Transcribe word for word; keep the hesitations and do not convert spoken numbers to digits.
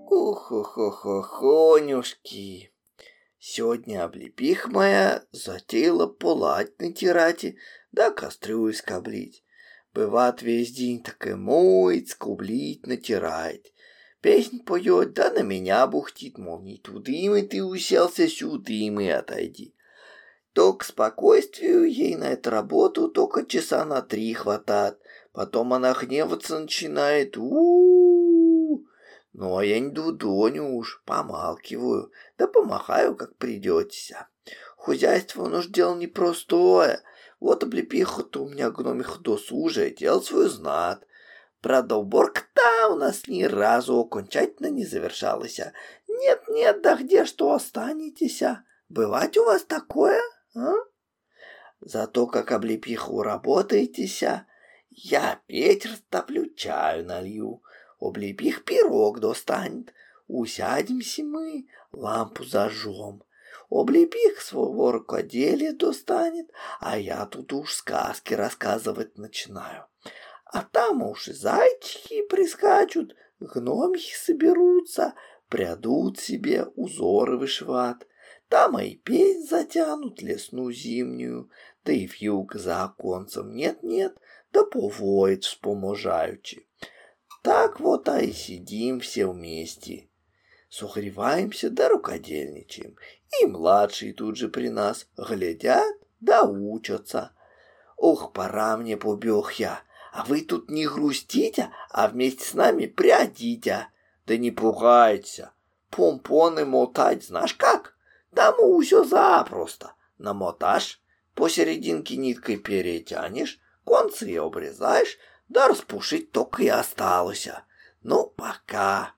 Ухо-хо-хо-хонюшки. Сегодня облепих моя затеяла полать натирать, да кастрюлю скоблить. Бывает весь день так и моет, скоблить, натирает. Песнь поет, да на меня бухтит, мол, не туды мы ты уселся, сюды мы отойди. То к спокойствию ей на эту работу только часа на три хватает. Потом она гневаться начинает. У-у-у. Ну, а я не дудоню уж, помалкиваю, да помахаю, как придетесь. Хозяйство, оно ж дело непростое. Вот облепиха-то у меня гномиха досужая, дело свое знат. Правда, уборка-то у нас ни разу окончательно не завершалась. Нет-нет, да где что останетесь? Бывать у вас такое, а? Зато как облепиху работаетесь, я печь растоплю, чаю налью. Облепих пирог достанет. Усядемся мы, лампу зажжем. Облепих своего рукоделия достанет, а я тут уж сказки рассказывать начинаю. А там уж и зайчики прискачут, гномихи соберутся, прядут себе узоры вышивать. Там и пень затянут лесную зимнюю, да и вьюга за оконцем нет-нет, да повоет вспоможаючи. Так вот, а и сидим все вместе, согреваемся да рукодельничаем. И младшие тут же при нас глядят да учатся. Ох, пора мне побег я, а вы тут не грустите, а вместе с нами прядите. Да не пугайтесь, помпоны мотать знаешь как? Тому все запросто. Намоташь, посерединке ниткой перетянешь, концы обрезаешь, да распушить только и осталось. Ну, пока.